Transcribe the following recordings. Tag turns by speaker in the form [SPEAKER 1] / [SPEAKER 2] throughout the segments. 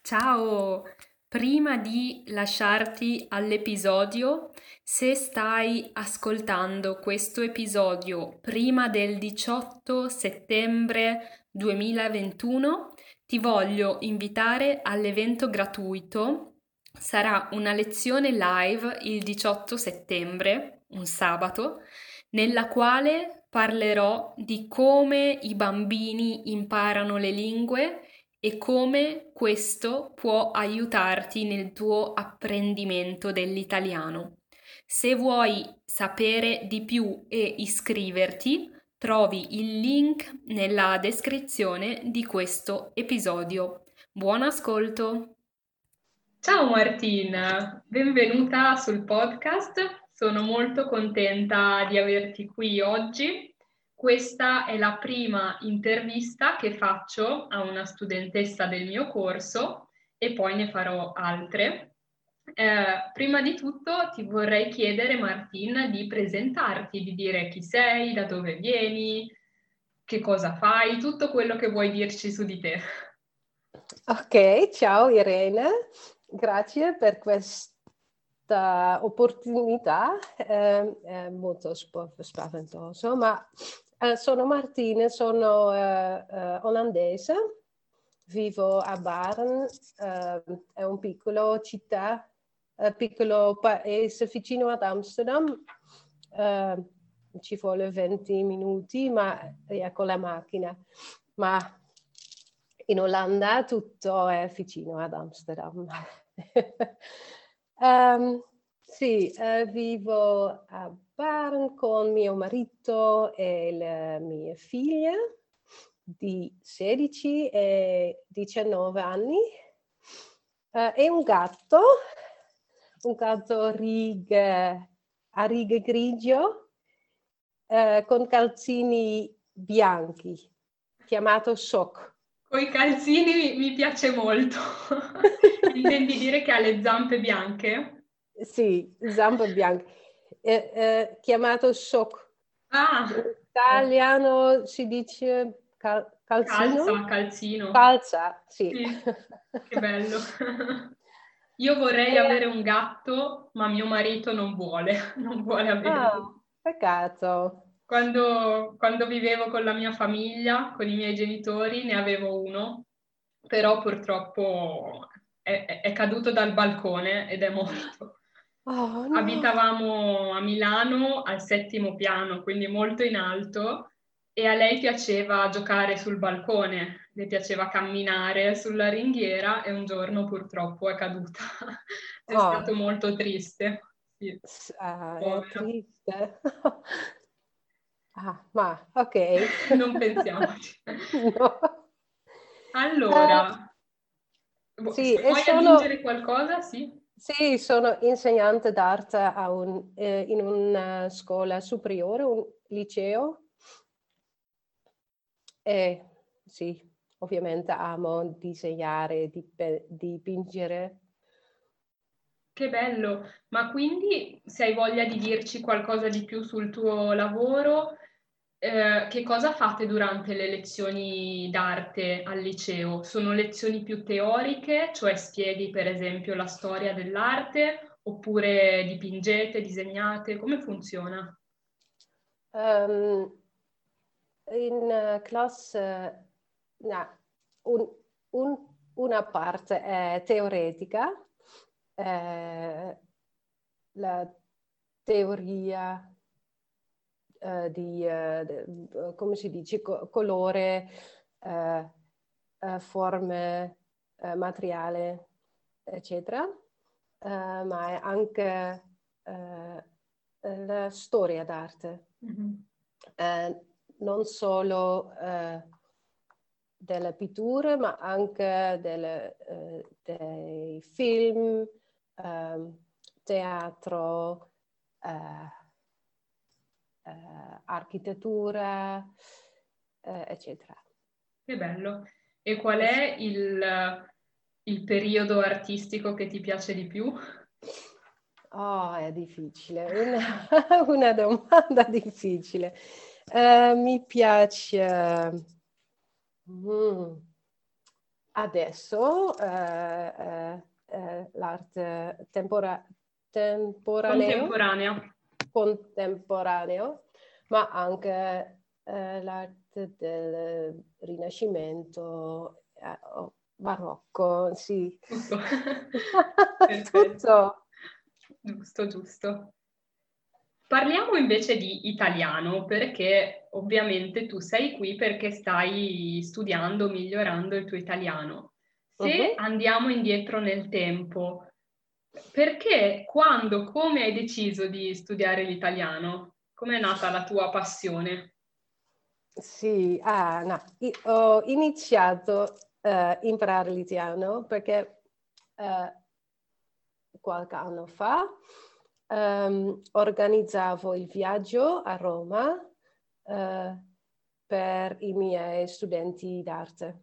[SPEAKER 1] Ciao! Prima di lasciarti all'episodio, se stai ascoltando questo episodio prima del 18 settembre 2021, ti voglio invitare all'evento gratuito. Sarà una lezione live il 18 settembre, un sabato, nella quale parlerò di come i bambini imparano le lingue e come questo può aiutarti nel tuo apprendimento dell'italiano. Se vuoi sapere di più e iscriverti, trovi il link nella descrizione di questo episodio. Buon ascolto! Ciao Martina, benvenuta sul podcast. Sono molto contenta di averti qui oggi. Questa è la prima intervista che faccio a una studentessa del mio corso e poi ne farò altre. Prima di tutto ti vorrei chiedere, Martina, di presentarti, di dire chi sei, da dove vieni, che cosa fai, tutto quello che vuoi dirci su di te.
[SPEAKER 2] Ok, ciao Irene, grazie per questa opportunità, è molto spaventoso, ma sono Martine, sono olandese, vivo a Baren, è un piccolo città, piccolo paese vicino ad Amsterdam, eh, ci vuole 20 minuti con la macchina, ma in Olanda tutto è vicino ad Amsterdam. Sì, vivo a Bern con mio marito e le mie figlie di 16 e 19 anni e un gatto a righe grigio con calzini bianchi, chiamato Shock.
[SPEAKER 1] Coi calzini mi piace molto. Intendi dire che ha le zampe bianche?
[SPEAKER 2] Sì, zampe bianche, chiamato shock.
[SPEAKER 1] Ah,
[SPEAKER 2] In italiano si dice calzino?
[SPEAKER 1] calzino.
[SPEAKER 2] Calza, sì.
[SPEAKER 1] Sì, che bello. Io vorrei
[SPEAKER 2] E-
[SPEAKER 1] avere un gatto, ma mio marito non vuole, non vuole averlo.
[SPEAKER 2] ah, peccato.
[SPEAKER 1] Quando vivevo con la mia famiglia, con i miei genitori, ne avevo uno, però purtroppo è caduto dal balcone ed è morto.
[SPEAKER 2] Oh no.
[SPEAKER 1] Abitavamo a Milano al settimo piano, quindi molto in alto, e a lei piaceva giocare sul balcone, le piaceva camminare sulla ringhiera e un giorno purtroppo è caduta. È stato
[SPEAKER 2] Oh,
[SPEAKER 1] molto triste. Sì,
[SPEAKER 2] è
[SPEAKER 1] povera.
[SPEAKER 2] triste. Ma ok.
[SPEAKER 1] Non pensiamoci.
[SPEAKER 2] No. Eh,
[SPEAKER 1] Allora,
[SPEAKER 2] sì,
[SPEAKER 1] se vuoi aggiungere qualcosa, sì.
[SPEAKER 2] sì, sono insegnante d'arte in una scuola superiore, un liceo. E sì, ovviamente amo disegnare, dipingere.
[SPEAKER 1] Che bello, ma quindi se hai voglia di dirci qualcosa di più sul tuo lavoro, che cosa fate durante le lezioni d'arte al liceo? Sono lezioni più teoriche, cioè spieghi per esempio la storia dell'arte, oppure dipingete, disegnate? Come funziona?
[SPEAKER 2] Ehm, in classe, no, un- una parte è teoretica, eh, la teoria come si dice, colore, eh, forme, materiale, eccetera, ma è anche la storia d'arte.
[SPEAKER 1] Mhm.
[SPEAKER 2] Eh, non solo delle pitture, ma anche dei film, teatro, eh, architettura, eccetera.
[SPEAKER 1] Che bello. E qual
[SPEAKER 2] Sì.
[SPEAKER 1] è il periodo artistico che ti piace di più?
[SPEAKER 2] Oh, è difficile, una domanda difficile. Mi piace... mm, adesso l'arte
[SPEAKER 1] Contemporanea.
[SPEAKER 2] contemporaneo, ma anche l'arte del Rinascimento, barocco, sì.
[SPEAKER 1] Tutto. Perfetto.
[SPEAKER 2] Tutto.
[SPEAKER 1] Giusto, giusto. Parliamo invece di italiano, perché ovviamente tu sei qui perché stai studiando, migliorando il tuo italiano. Se
[SPEAKER 2] Mhm.
[SPEAKER 1] andiamo indietro nel tempo, perché, quando, come hai deciso di studiare l'italiano? Come è nata la tua passione?
[SPEAKER 2] Sì, no, ho iniziato a imparare l'italiano perché qualche anno fa organizzavo il viaggio a Roma per i miei studenti d'arte.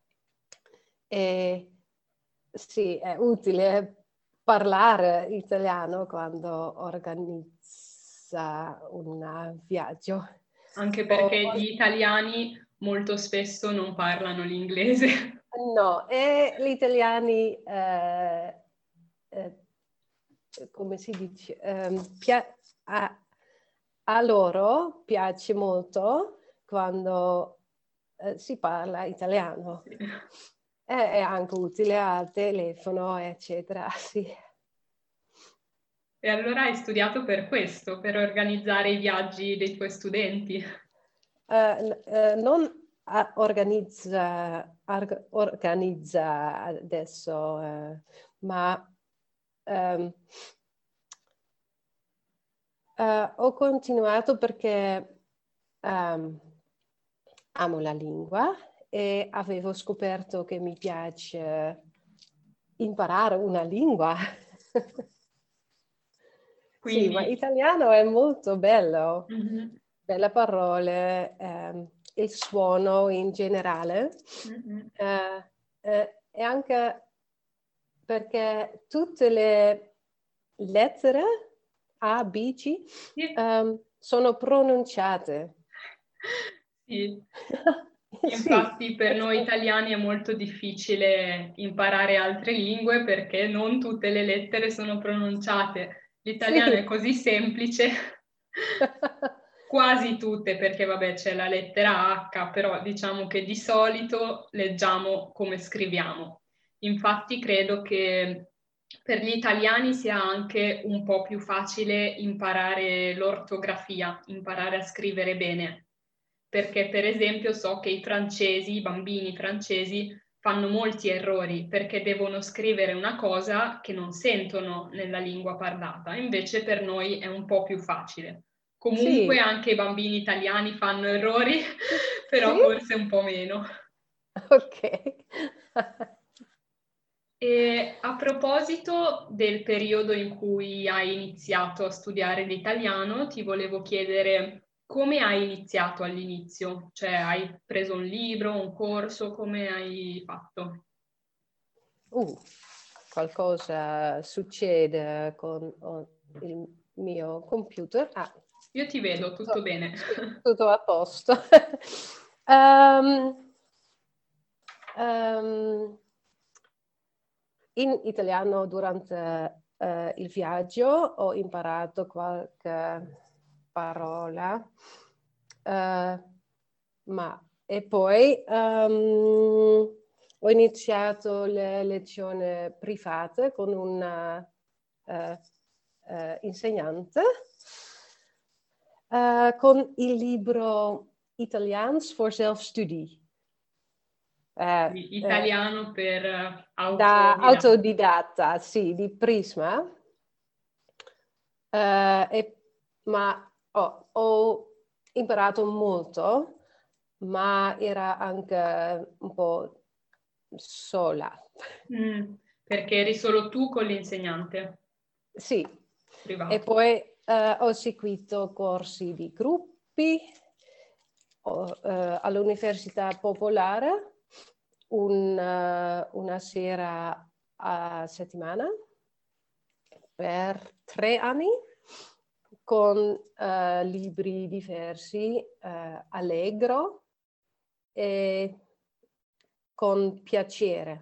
[SPEAKER 2] E sì, è utile parlare italiano quando organizza un viaggio.
[SPEAKER 1] Anche
[SPEAKER 2] O-
[SPEAKER 1] perché gli italiani molto spesso non parlano l'inglese.
[SPEAKER 2] no, e gli italiani, come si dice, a, a loro piace molto quando si parla italiano.
[SPEAKER 1] Sì.
[SPEAKER 2] È anche utile al telefono, eccetera, sì.
[SPEAKER 1] E allora hai studiato per questo, per organizzare i viaggi dei tuoi studenti?
[SPEAKER 2] Non organizza adesso, ma ehm, ho continuato perché amo la lingua e avevo scoperto che mi piace imparare una lingua. Sì, ma
[SPEAKER 1] Quindi,
[SPEAKER 2] italiano è molto bello,
[SPEAKER 1] mhm,
[SPEAKER 2] belle parole, il suono in generale,
[SPEAKER 1] mhm.
[SPEAKER 2] e anche perché tutte le lettere A, B, C
[SPEAKER 1] Sì.
[SPEAKER 2] sono pronunciate.
[SPEAKER 1] Sì.
[SPEAKER 2] Sì,
[SPEAKER 1] Infatti per noi italiani è molto difficile imparare altre lingue perché non tutte le lettere sono pronunciate. L'italiano è
[SPEAKER 2] sì.
[SPEAKER 1] così semplice, quasi tutte, perché vabbè c'è la lettera H, però diciamo che di solito leggiamo come scriviamo. Infatti credo che per gli italiani sia anche un po' più facile imparare l'ortografia, imparare a scrivere bene, perché per esempio so che i francesi, i bambini francesi, fanno molti errori perché devono scrivere una cosa che non sentono nella lingua parlata, invece per noi è un po' più facile. Comunque
[SPEAKER 2] Sì,
[SPEAKER 1] anche i bambini italiani fanno errori,
[SPEAKER 2] sì,
[SPEAKER 1] però forse un po' meno.
[SPEAKER 2] ok.
[SPEAKER 1] E a proposito del periodo in cui hai iniziato a studiare l'italiano, ti volevo chiedere come hai iniziato all'inizio? Cioè, hai preso un libro, un corso, come hai fatto?
[SPEAKER 2] Uh, Qualcosa succede con il mio computer.
[SPEAKER 1] Io ti vedo, tutto bene.
[SPEAKER 2] Sì, tutto a posto. Ehm, ehm, in italiano durante il viaggio ho imparato qualche parola, eh, e poi ho iniziato le lezioni private con un eh, insegnante con il libro Italiaans voor zelfstudie. Eh,
[SPEAKER 1] Italiano per
[SPEAKER 2] Da
[SPEAKER 1] autodidatta.
[SPEAKER 2] autodidatta, sì, di Prisma. Ma ho imparato molto, ma era anche un po' sola.
[SPEAKER 1] Perché eri solo tu con l'insegnante
[SPEAKER 2] Sì, e
[SPEAKER 1] privato.
[SPEAKER 2] poi ho seguito corsi di gruppi all'Università Popolare una sera a settimana per 3 anni con libri diversi, Allegro e con piacere.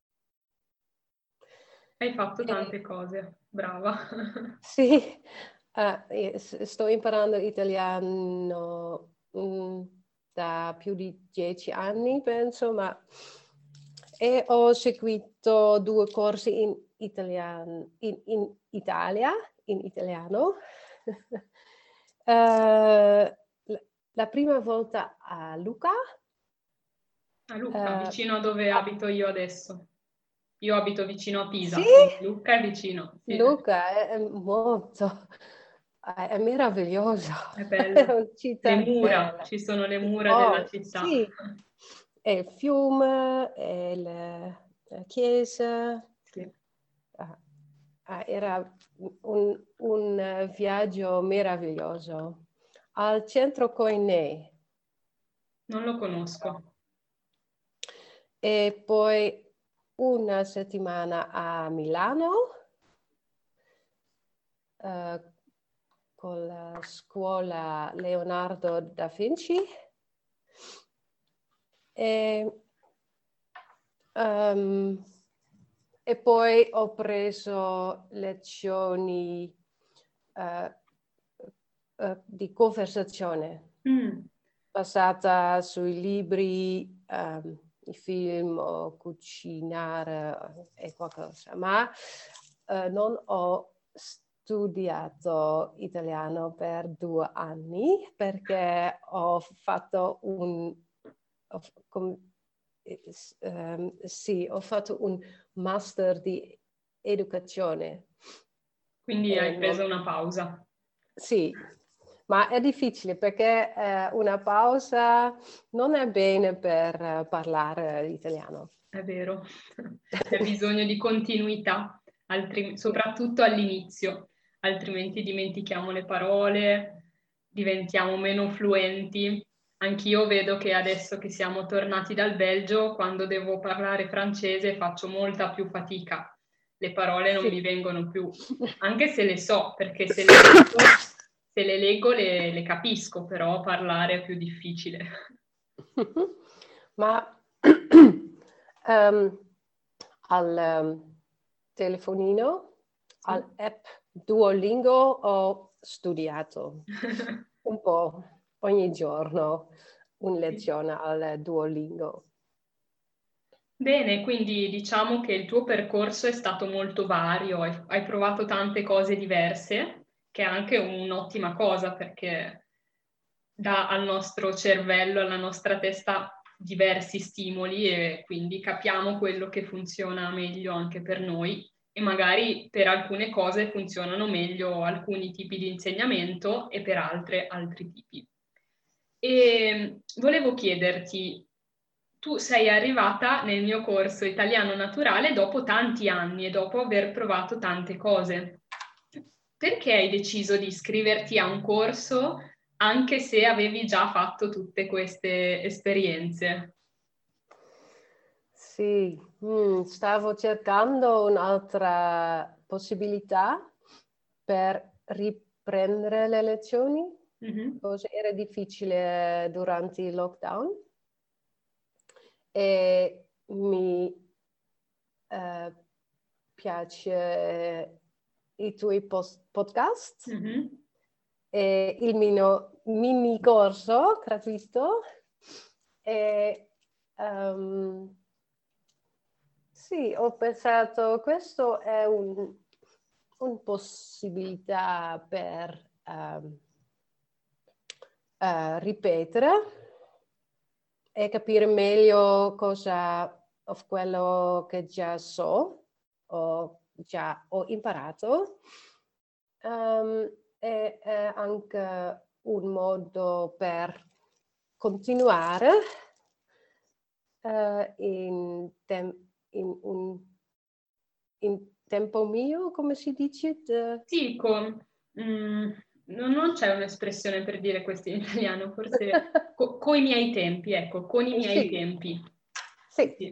[SPEAKER 1] Hai fatto tante cose, brava.
[SPEAKER 2] Sì, sto imparando italiano da più di 10 anni, penso, e ho seguito 2 corsi in Italia, in italiano. La prima volta a Lucca.
[SPEAKER 1] A Lucca, vicino a dove abito io adesso. Io abito vicino a
[SPEAKER 2] Sì,
[SPEAKER 1] Pisa, quindi Lucca è vicino. Sì.
[SPEAKER 2] Lucca è molto, è meraviglioso,
[SPEAKER 1] È
[SPEAKER 2] è
[SPEAKER 1] bella.
[SPEAKER 2] una
[SPEAKER 1] Le
[SPEAKER 2] città
[SPEAKER 1] mura,
[SPEAKER 2] bella.
[SPEAKER 1] ci sono le mura della
[SPEAKER 2] Oh,
[SPEAKER 1] città.
[SPEAKER 2] sì, e il fiume, e la chiesa.
[SPEAKER 1] Sì.
[SPEAKER 2] Era un viaggio meraviglioso al centro Koinei.
[SPEAKER 1] Non lo conosco.
[SPEAKER 2] E poi una settimana a Milano con la scuola Leonardo da Vinci. E poi ho preso lezioni di conversazione basata sui libri, i film o cucinare e qualcosa, ma non ho studiato italiano per 2 anni perché ho fatto ho fatto un master di educazione.
[SPEAKER 1] Quindi hai preso
[SPEAKER 2] Non...
[SPEAKER 1] una pausa.
[SPEAKER 2] Sì, ma è difficile perché una pausa non è bene per parlare italiano.
[SPEAKER 1] È vero. C'è bisogno di continuità, soprattutto all'inizio, altrimenti dimentichiamo le parole, diventiamo meno fluenti. Anch'io vedo che adesso che siamo tornati dal Belgio, quando devo parlare francese faccio molta più fatica. Le parole non mi
[SPEAKER 2] Sì.
[SPEAKER 1] vengono più, anche se le so, perché se le leggo le capisco, però parlare è più difficile.
[SPEAKER 2] Ma al telefonino,
[SPEAKER 1] Sì.
[SPEAKER 2] all'app Duolingo ho studiato un po' ogni giorno, una lezione al Duolingo.
[SPEAKER 1] Bene, quindi diciamo che il tuo percorso è stato molto vario, hai provato tante cose diverse, che è anche un'ottima cosa perché dà al nostro cervello, alla nostra testa diversi stimoli e quindi capiamo quello che funziona meglio anche per noi e magari per alcune cose funzionano meglio alcuni tipi di insegnamento e per altre altri tipi. E volevo chiederti, tu sei arrivata nel mio corso italiano naturale dopo tanti anni e dopo aver provato tante cose. Perché hai deciso di iscriverti a un corso anche se avevi già fatto tutte queste esperienze?
[SPEAKER 2] Sì, stavo cercando un'altra possibilità per riprendere le lezioni,
[SPEAKER 1] Mhm.
[SPEAKER 2] cosa era difficile durante il lockdown. E mi piace i tuoi podcast
[SPEAKER 1] Mhm.
[SPEAKER 2] e il mio mini corso gratuito. E sì, ho pensato questo è una possibilità per ripetere e capire meglio cosa of quello che già so o già ho imparato. E è anche un modo per continuare in tempo mio, come si dice?
[SPEAKER 1] Sì, non c'è un'espressione per dire questo in italiano, forse coi miei tempi, ecco, con i miei
[SPEAKER 2] Sì,
[SPEAKER 1] tempi.
[SPEAKER 2] sì.
[SPEAKER 1] Sì.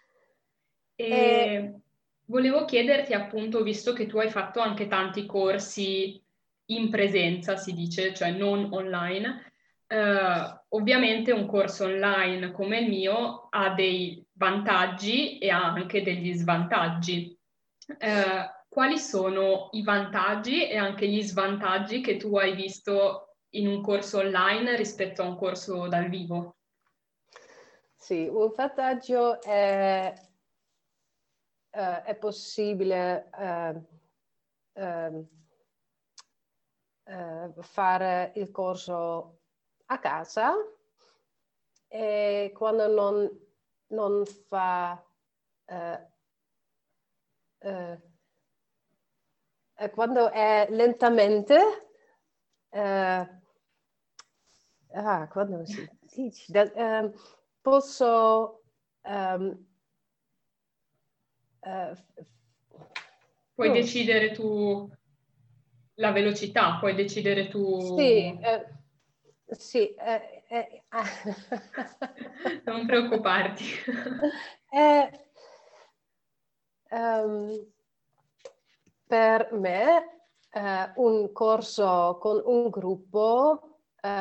[SPEAKER 2] E
[SPEAKER 1] E volevo chiederti appunto, visto che tu hai fatto anche tanti corsi in presenza, si dice, cioè non online, Ovviamente un corso online come il mio ha dei vantaggi e ha anche degli svantaggi. Quali sono i vantaggi e anche gli svantaggi che tu hai visto in un corso online rispetto a un corso dal vivo?
[SPEAKER 2] Sì, un vantaggio è possibile fare il corso a casa e quando non fa quando è lentamente quando si dice posso
[SPEAKER 1] Puoi decidere tu la velocità, puoi decidere tu...
[SPEAKER 2] Sì,
[SPEAKER 1] Non preoccuparti.
[SPEAKER 2] Per me un corso con un gruppo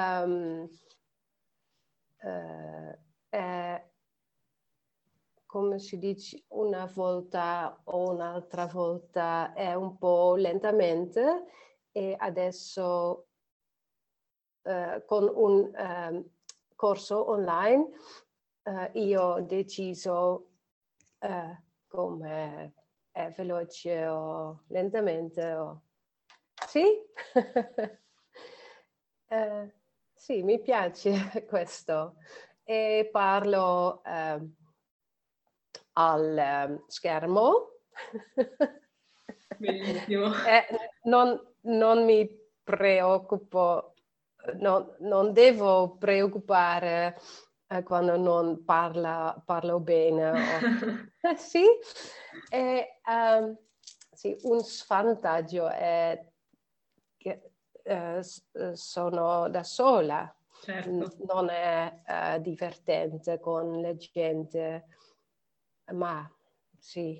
[SPEAKER 2] è, come si dice, una volta o un'altra volta è un po' lentamente e adesso con un corso online io ho deciso come è veloce o lentamente. Sì? Sì, mi piace questo. E parlo al schermo.
[SPEAKER 1] Bellissimo.
[SPEAKER 2] Non mi preoccupo, non devo preoccupare quando non parlo bene. Sì, e, sì, un svantaggio è che sono da sola,
[SPEAKER 1] Certo.
[SPEAKER 2] non è divertente con la gente, ma sì,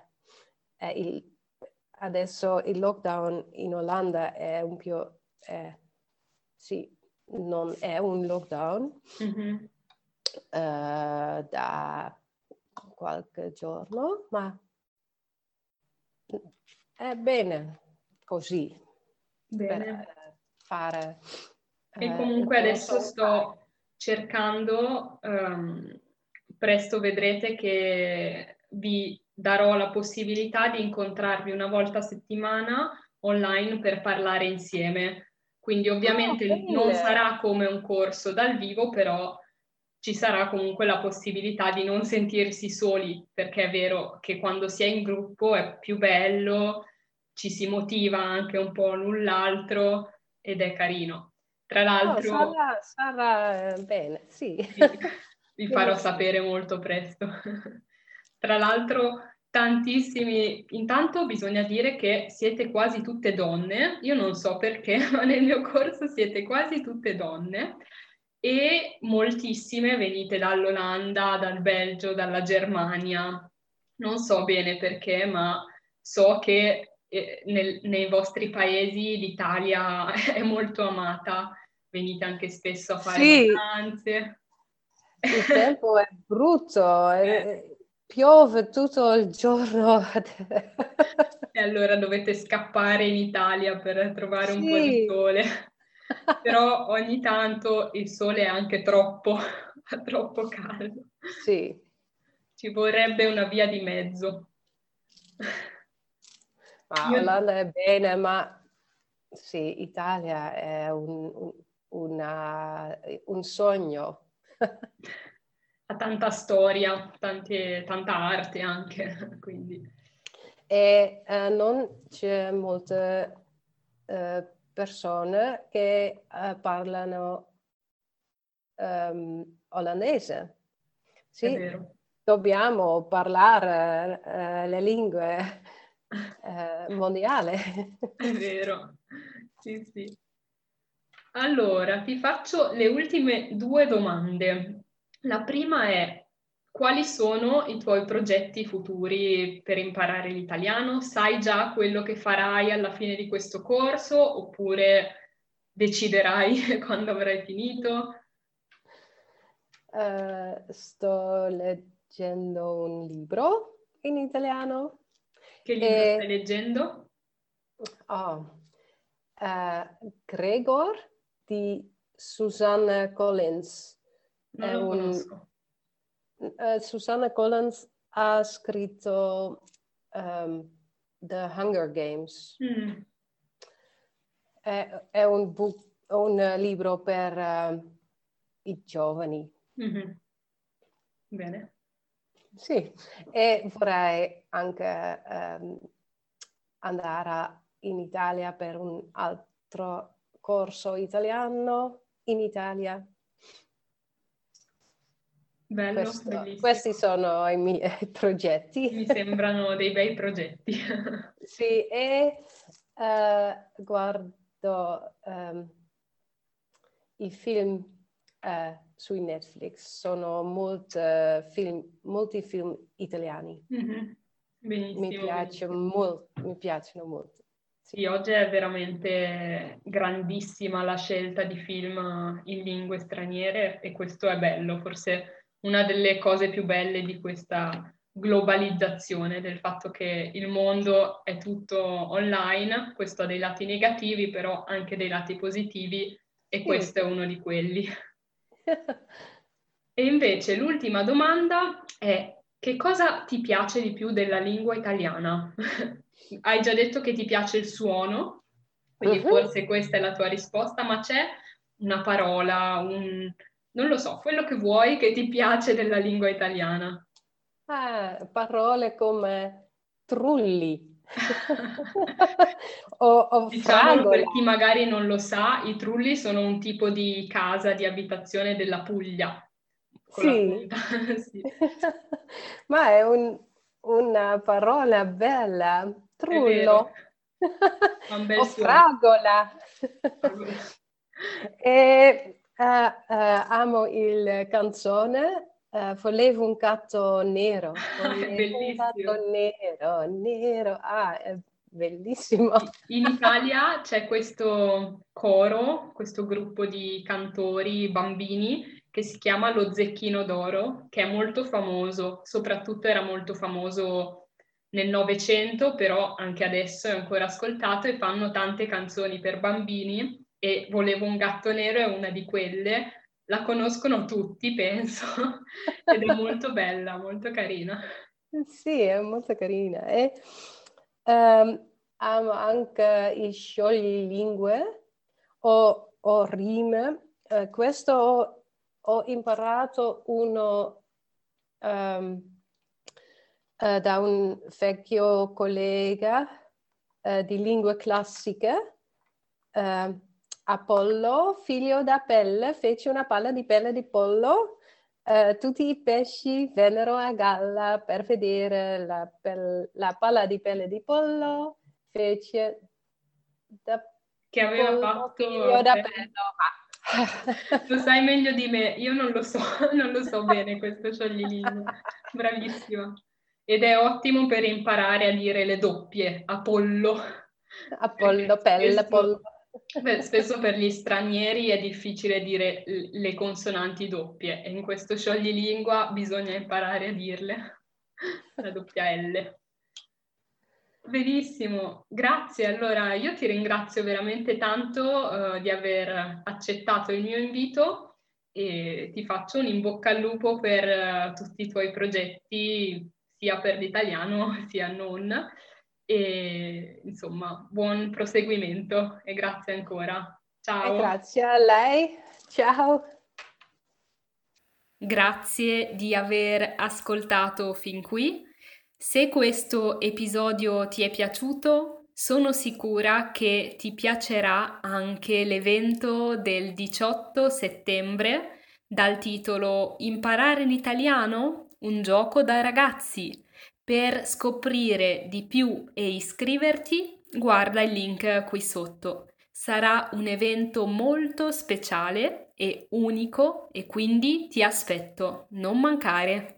[SPEAKER 2] adesso il lockdown in Olanda è un più, sì, non è un lockdown da qualche giorno, ma è bene così per
[SPEAKER 1] Bene.
[SPEAKER 2] fare
[SPEAKER 1] E
[SPEAKER 2] il
[SPEAKER 1] comunque
[SPEAKER 2] corso
[SPEAKER 1] adesso
[SPEAKER 2] online.
[SPEAKER 1] sto cercando, presto vedrete che vi darò la possibilità di incontrarvi una volta a settimana online per parlare insieme. Quindi
[SPEAKER 2] Oh,
[SPEAKER 1] ovviamente non
[SPEAKER 2] bene!
[SPEAKER 1] sarà come un corso dal vivo, però ci sarà comunque la possibilità di non sentirsi soli, perché è vero che quando si è in gruppo è più bello, ci si motiva anche un po' l'un l'altro ed è carino. Tra
[SPEAKER 2] Oh,
[SPEAKER 1] l'altro,
[SPEAKER 2] sarà bene, sì.
[SPEAKER 1] vi farò sapere molto presto. Tra l'altro, tantissimi, intanto bisogna dire che siete quasi tutte donne, io non so perché, ma nel mio corso siete quasi tutte donne e moltissime venite dall'Olanda, dal Belgio, dalla Germania. Non so bene perché, ma so che nei vostri paesi l'Italia è molto amata, venite anche spesso a fare
[SPEAKER 2] Sì,
[SPEAKER 1] vacanze.
[SPEAKER 2] il tempo è brutto, piove tutto il giorno.
[SPEAKER 1] E allora dovete scappare in Italia per trovare un po' di
[SPEAKER 2] Sì.
[SPEAKER 1] sole. Però ogni tanto il sole è anche troppo, fa troppo caldo.
[SPEAKER 2] Sì.
[SPEAKER 1] Ci vorrebbe una via di mezzo.
[SPEAKER 2] Ma
[SPEAKER 1] Io
[SPEAKER 2] Olanda è bene, ma sì, Italia è un sogno.
[SPEAKER 1] ha tanta storia, tanta arte anche, quindi
[SPEAKER 2] E non c'è molte persone che parlano olandese.
[SPEAKER 1] è
[SPEAKER 2] Sì,
[SPEAKER 1] vero.
[SPEAKER 2] dobbiamo parlare le lingue mondiali.
[SPEAKER 1] È vero, sì, sì. Allora, ti faccio le ultime due domande. La prima è, quali sono i tuoi progetti futuri per imparare l'italiano? Sai già quello che farai alla fine di questo corso oppure deciderai quando avrai finito?
[SPEAKER 2] Sto leggendo un libro in italiano.
[SPEAKER 1] Che libro stai leggendo?
[SPEAKER 2] Gregor di Susanna Collins.
[SPEAKER 1] Non lo conosco.
[SPEAKER 2] Susanna Collins ha scritto The Hunger Games. È un libro per i giovani.
[SPEAKER 1] Mm-hmm. Bene.
[SPEAKER 2] Sì, e vorrei anche andare in Italia per un altro corso italiano in Italia.
[SPEAKER 1] Bello, bellissimo.
[SPEAKER 2] Questi sono i miei progetti.
[SPEAKER 1] Mi sembrano dei bei progetti.
[SPEAKER 2] Sì, e guardo i film sui Netflix, sono molti film italiani.
[SPEAKER 1] Mm-hmm. Benissimo.
[SPEAKER 2] Mi piacciono molto.
[SPEAKER 1] Sì, oggi è veramente grandissima la scelta di film in lingue straniere e questo è bello, forse una delle cose più belle di questa globalizzazione, del fatto che il mondo è tutto online, questo ha dei lati negativi, però anche dei lati positivi e questo è uno di quelli. E invece l'ultima domanda è: che cosa ti piace di più della lingua italiana? Hai già detto che ti piace il suono, quindi forse questa è la tua risposta, ma c'è una parola, non lo so, quello che vuoi che ti piace della lingua italiana?
[SPEAKER 2] Parole come trulli o
[SPEAKER 1] Diciamolo
[SPEAKER 2] fragola.
[SPEAKER 1] per chi magari non lo sa, i trulli sono un tipo di casa, di abitazione della Puglia, con la punta. Sì.
[SPEAKER 2] Ma è una parola bella, trullo
[SPEAKER 1] Ha un bel
[SPEAKER 2] o
[SPEAKER 1] suono.
[SPEAKER 2] fragola. E amo il canzone Volevo un gatto nero, volevo un
[SPEAKER 1] Bellissimo.
[SPEAKER 2] gatto nero, è bellissimo.
[SPEAKER 1] In Italia c'è questo coro, questo gruppo di cantori bambini che si chiama Lo Zecchino d'Oro, che è molto famoso, soprattutto era molto famoso nel Novecento, però anche adesso è ancora ascoltato e fanno tante canzoni per bambini e Volevo un gatto nero è una di quelle. La conoscono tutti, penso, ed è molto bella, molto carina.
[SPEAKER 2] Sì, è molto carina. E, amo anche i scioglilingue o rime. Questo ho imparato uno da un vecchio collega di lingue classiche. Apollo, figlio da pelle, fece una palla di pelle di pollo. Tutti i pesci vennero a galla per vedere la palla di pelle di pollo. Fece da
[SPEAKER 1] Che aveva
[SPEAKER 2] pollo,
[SPEAKER 1] fatto
[SPEAKER 2] figlio
[SPEAKER 1] a
[SPEAKER 2] da
[SPEAKER 1] te.
[SPEAKER 2] pello.
[SPEAKER 1] Lo sai meglio di me, io non lo so, non lo so bene questo scioglilingue. Bravissima. Ed è ottimo per imparare a dire le doppie, Apollo.
[SPEAKER 2] Apollo,
[SPEAKER 1] Perché
[SPEAKER 2] pelle, pollo.
[SPEAKER 1] spesso per gli stranieri è difficile dire le consonanti doppie e in questo scioglilingua bisogna imparare a dirle, la doppia L. Benissimo, grazie. Allora, io ti ringrazio veramente tanto di aver accettato il mio invito e ti faccio un in bocca al lupo per tutti i tuoi progetti, sia per l'italiano sia non. E insomma, buon proseguimento e grazie ancora.
[SPEAKER 2] E
[SPEAKER 1] Ciao.
[SPEAKER 2] grazie a lei. Ciao.
[SPEAKER 1] Grazie di aver ascoltato fin qui. Se questo episodio ti è piaciuto, sono sicura che ti piacerà anche l'evento del 18 settembre dal titolo Imparare l'italiano? Un gioco da ragazzi. Per scoprire di più e iscriverti, guarda il link qui sotto. Sarà un evento molto speciale e unico e quindi ti aspetto, non mancare.